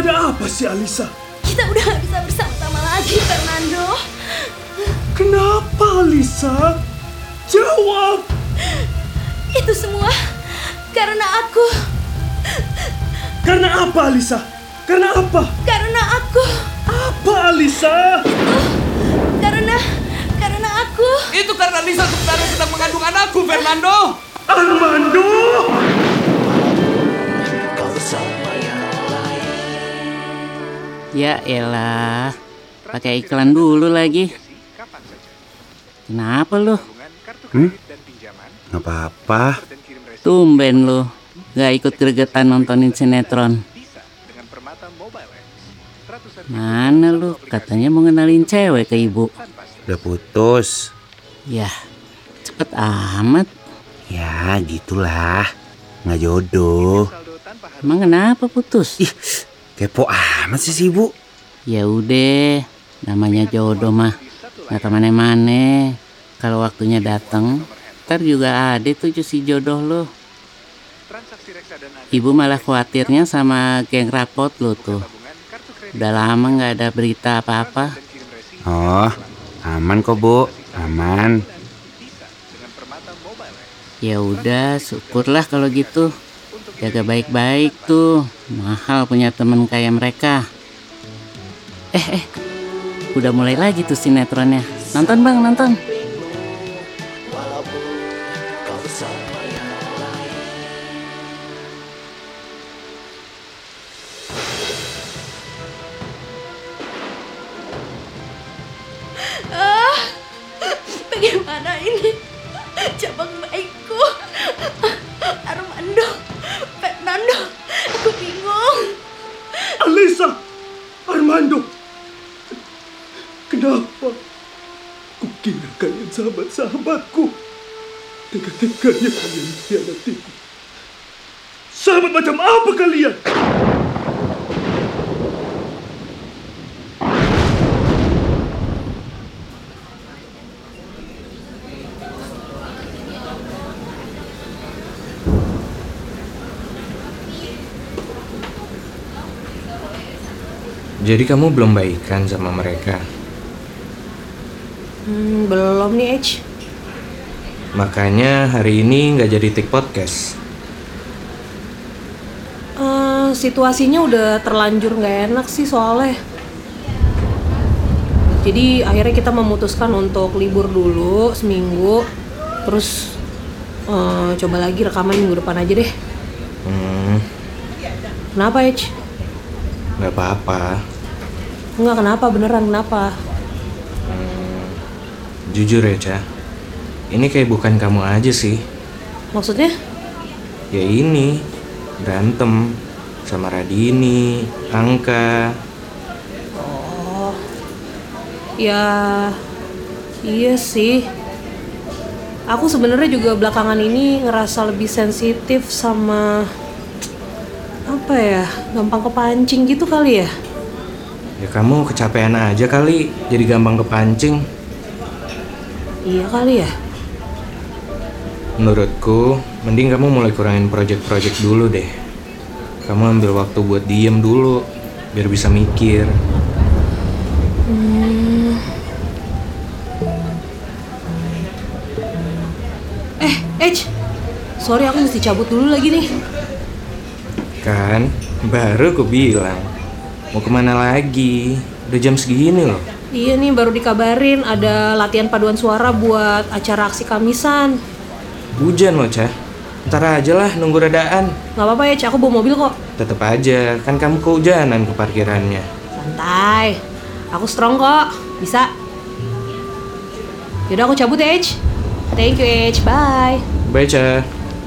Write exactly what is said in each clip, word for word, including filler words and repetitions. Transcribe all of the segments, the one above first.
Ada apa sih, Alisa? Kita udah gak bisa bersama-sama lagi, Fernando. Kenapa, Alisa? Jawab. Itu semua karena aku. Karena apa, Alisa? Karena apa? Karena aku. Apa, Alisa? Itu karena karena aku. Itu karena Lisa sebenarnya sedang mengandung anakku, Fernando. Armando! Ya elah, pakai iklan dulu lagi. Kenapa lu? Hmm? Gak apa-apa. Tumben lu, gak ikut gregetan nontonin sinetron. Mana lu, katanya mau ngenalin cewek ke ibu. Udah putus. Yah, cepet amat. Ya gitulah, gak jodoh. Emang kenapa putus? Ih, kepo amat sih si ibu. Ya udah, namanya jodoh mah nggak kemana-mana. Kalau waktunya datang, ntar juga ada tuh si jodoh lo. Ibu malah khawatirnya sama geng rapot lo tuh. Udah lama nggak ada berita apa-apa. Oh, aman kok bu, aman. Ya udah, syukurlah kalau gitu. Jaga baik-baik tuh, mahal punya temen kayak mereka. Eh, eh, udah mulai lagi tuh sinetronnya. Nonton bang, nonton. Ah, bagaimana ini? Cabang baikku. Armando, Fernando, aku bingung. Alisa! Armando! Kenapa? Kukira kalian sahabat-sahabatku. Tega-teganya kalian mengkhianatiku. Sahabat macam apa kalian? Jadi kamu belum baikan sama mereka? Hmm, belum nih, Ech. Makanya hari ini nggak jadi take podcast. Uh, situasinya udah terlanjur nggak enak sih soalnya. Jadi akhirnya kita memutuskan untuk libur dulu seminggu. Terus uh, coba lagi rekaman minggu depan aja deh. Hmm, Kenapa, Ech? nggak apa-apa. Enggak, kenapa? Beneran, kenapa? Jujur ya, Ca. Ini kayak bukan kamu aja sih. Maksudnya? Ya ini, berantem sama Radini, Angka. Oh, ya iya sih. Aku sebenarnya juga belakangan ini ngerasa lebih sensitif sama apa ya, gampang kepancing gitu kali ya. Ya kamu kecapean aja kali, jadi gampang kepancing. Iya kali ya. Menurutku, mending kamu mulai kurangin project-project dulu deh. Kamu ambil waktu buat diem dulu, biar bisa mikir. Hmm. Eh, Ech, sorry aku mesti cabut dulu lagi nih. Kan, baru aku bilang. Mau kemana lagi? Udah jam segini loh. Iya nih, baru dikabarin ada latihan paduan suara buat acara aksi Kamisan. Hujan loh, Cah. Ntar aja lah, nunggu redaan. Gak apa-apa ya, Ech, aku bawa mobil kok. Tetep aja, kan kamu kehujanan ke parkirannya. Santai, aku strong kok, bisa. Yaudah aku cabut ya, Ech. Thank you, Ech, bye. Bye, Cah.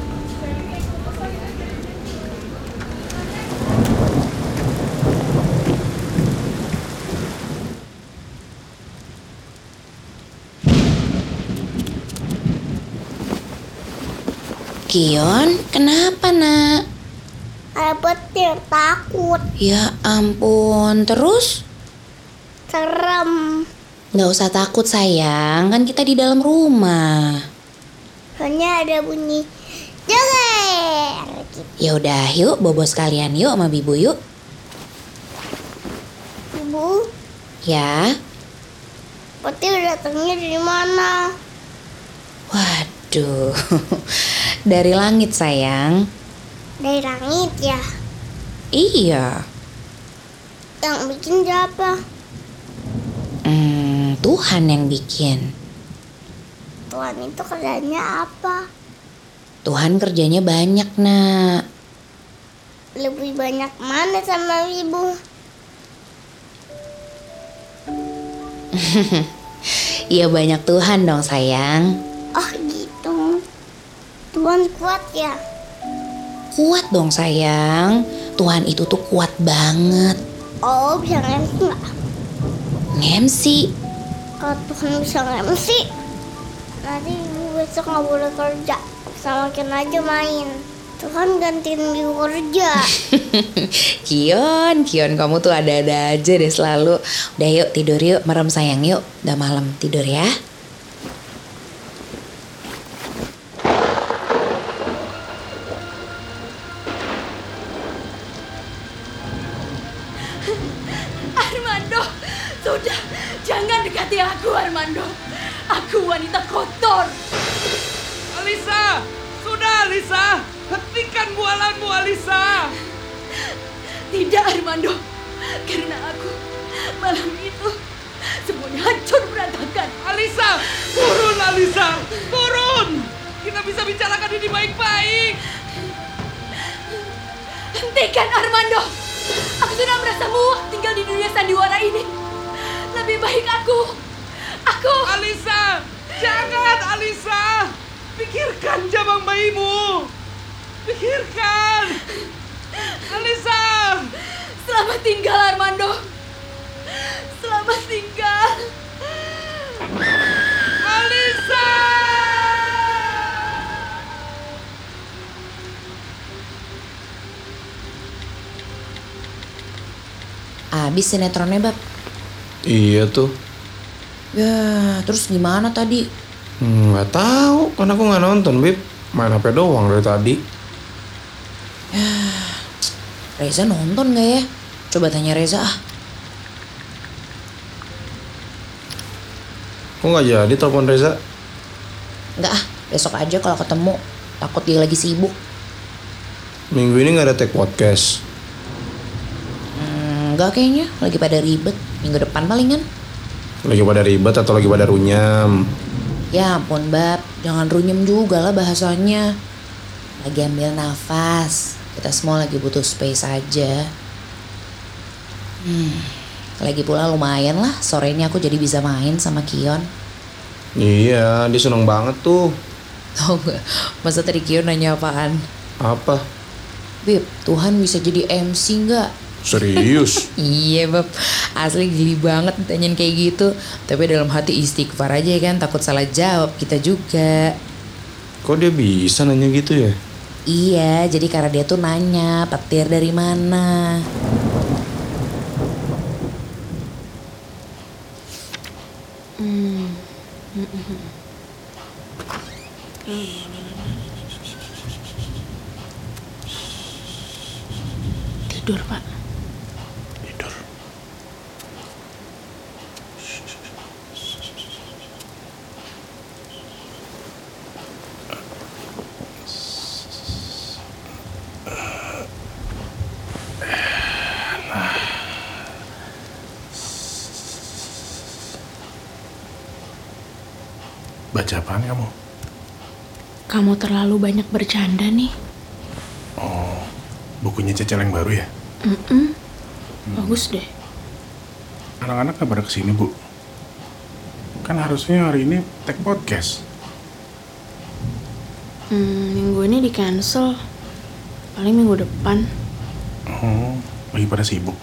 Kion, kenapa nak? Ada petir, takut. Ya ampun, terus? Serem. Nggak usah takut sayang, kan kita di dalam rumah. Soalnya ada bunyi jeng. Ya udah, yuk bobo sekalian yuk sama Bibu yuk. Ya? Petir datangnya dari mana? Waduh, dari langit sayang. Dari langit ya? Iya. Yang bikin siapa? Hmm, Tuhan yang bikin. Tuhan itu kerjanya apa? Tuhan kerjanya banyak, nak. Lebih banyak mana sama ibu? Iya banyak Tuhan dong sayang. Oh gitu. Tuhan kuat ya? Kuat dong sayang. Tuhan itu tuh kuat banget. Oh bisa nge-M C nggak? Nge-M C? Kalau Tuhan bisa nge-M C, nanti ibu besok nggak boleh kerja. Sama Kion aja main. Tuhan gantiin ibu kerja. Kion, Kion kamu tuh ada-ada aja deh selalu. Udah yuk tidur yuk, merem sayang yuk. Udah malam tidur ya. Armando, sudah, jangan dekati aku Armando. Aku wanita kotor. Alisa! Sudah Alisa! Hentikan bualanmu Alisa! Tidak Armando, karena aku malam itu semuanya hancur berantakan. Alisa! Turun Alisa! Turun! Kita bisa bicarakan ini baik-baik. Hentikan Armando. Aku sudah merasa muak tinggal di dunia sandiwara ini. Lebih baik aku. Aku. Alisa! Jangan Alisa! Pikirkan jabang bayimu. Pikirkan. Alisa! Selamat tinggal Armando. Selamat tinggal. Alisa! Abis sinetronnya bab. Iya tuh. Ya terus gimana tadi? Hmm, nggak tahu, kan aku nggak nonton, Bib. Main H P doang dari tadi. Reza nonton gak ya? Coba tanya Reza ah. Kok nggak jadi telepon Reza? Enggak ah, besok aja kalau ketemu. Takut dia lagi sibuk. Minggu ini nggak ada take podcast. Hmm, enggak kayaknya, lagi pada ribet. Minggu depan palingan. Lagi pada ribet atau lagi pada runyam? Ya ampun bab, jangan runyem juga lah bahasanya. Lagi ambil nafas. Kita semua lagi butuh space aja. Hmm, lagi pula lumayan lah, sore ini aku jadi bisa main sama Kion. Iya, dia seneng banget tuh. Tau gak, masa tadi Kion nanya apaan? Apa? Beb, Tuhan bisa jadi M C gak? Serius? Iya bab, asli geli banget ditanyain kayak gitu. Tapi dalam hati istighfar aja kan, takut salah jawab kita juga. Kok dia bisa nanya gitu ya? Iya, jadi karena dia tuh nanya petir dari mana. Hmm. Tidur, Pak. Tidur. Baca apaan kamu? Kamu terlalu banyak bercanda nih. Oh, bukunya Cecel yang baru ya? Mm-mm. Bagus deh. Anak-anak gak pada kesini, Bu? Kan harusnya hari ini take podcast. Hmm, minggu ini di cancel. Paling minggu depan. Oh, lagi pada sibuk.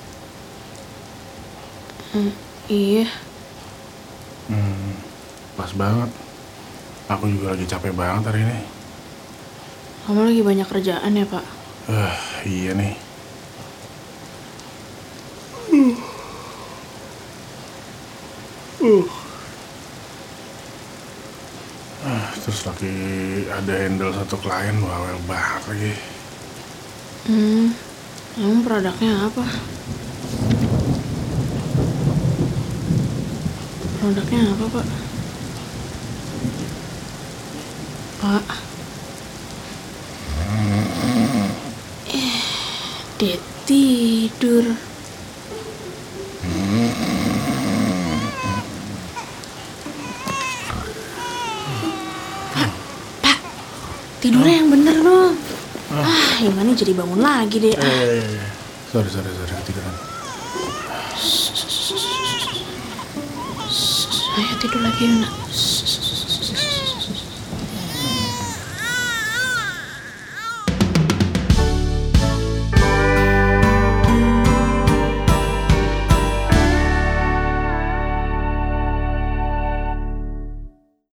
Hmm, iya. Hmm, pas banget. Aku juga lagi capek banget hari ini. Kamu lagi banyak kerjaan ya, Pak? Eh, uh, iya nih. Uh. Uh, terus lagi ada handle satu klien, bawel banget lagi. Hmm, emang produknya apa? Produknya apa, Pak? Pak. Eh, dia tidur. Pak, Pak. Tidurnya yang bener dong. Ah, gimana jadi bangun lagi deh. Eh, sorry, sorry, sorry, ketiduran. Ayo tidur lagi, Yuna.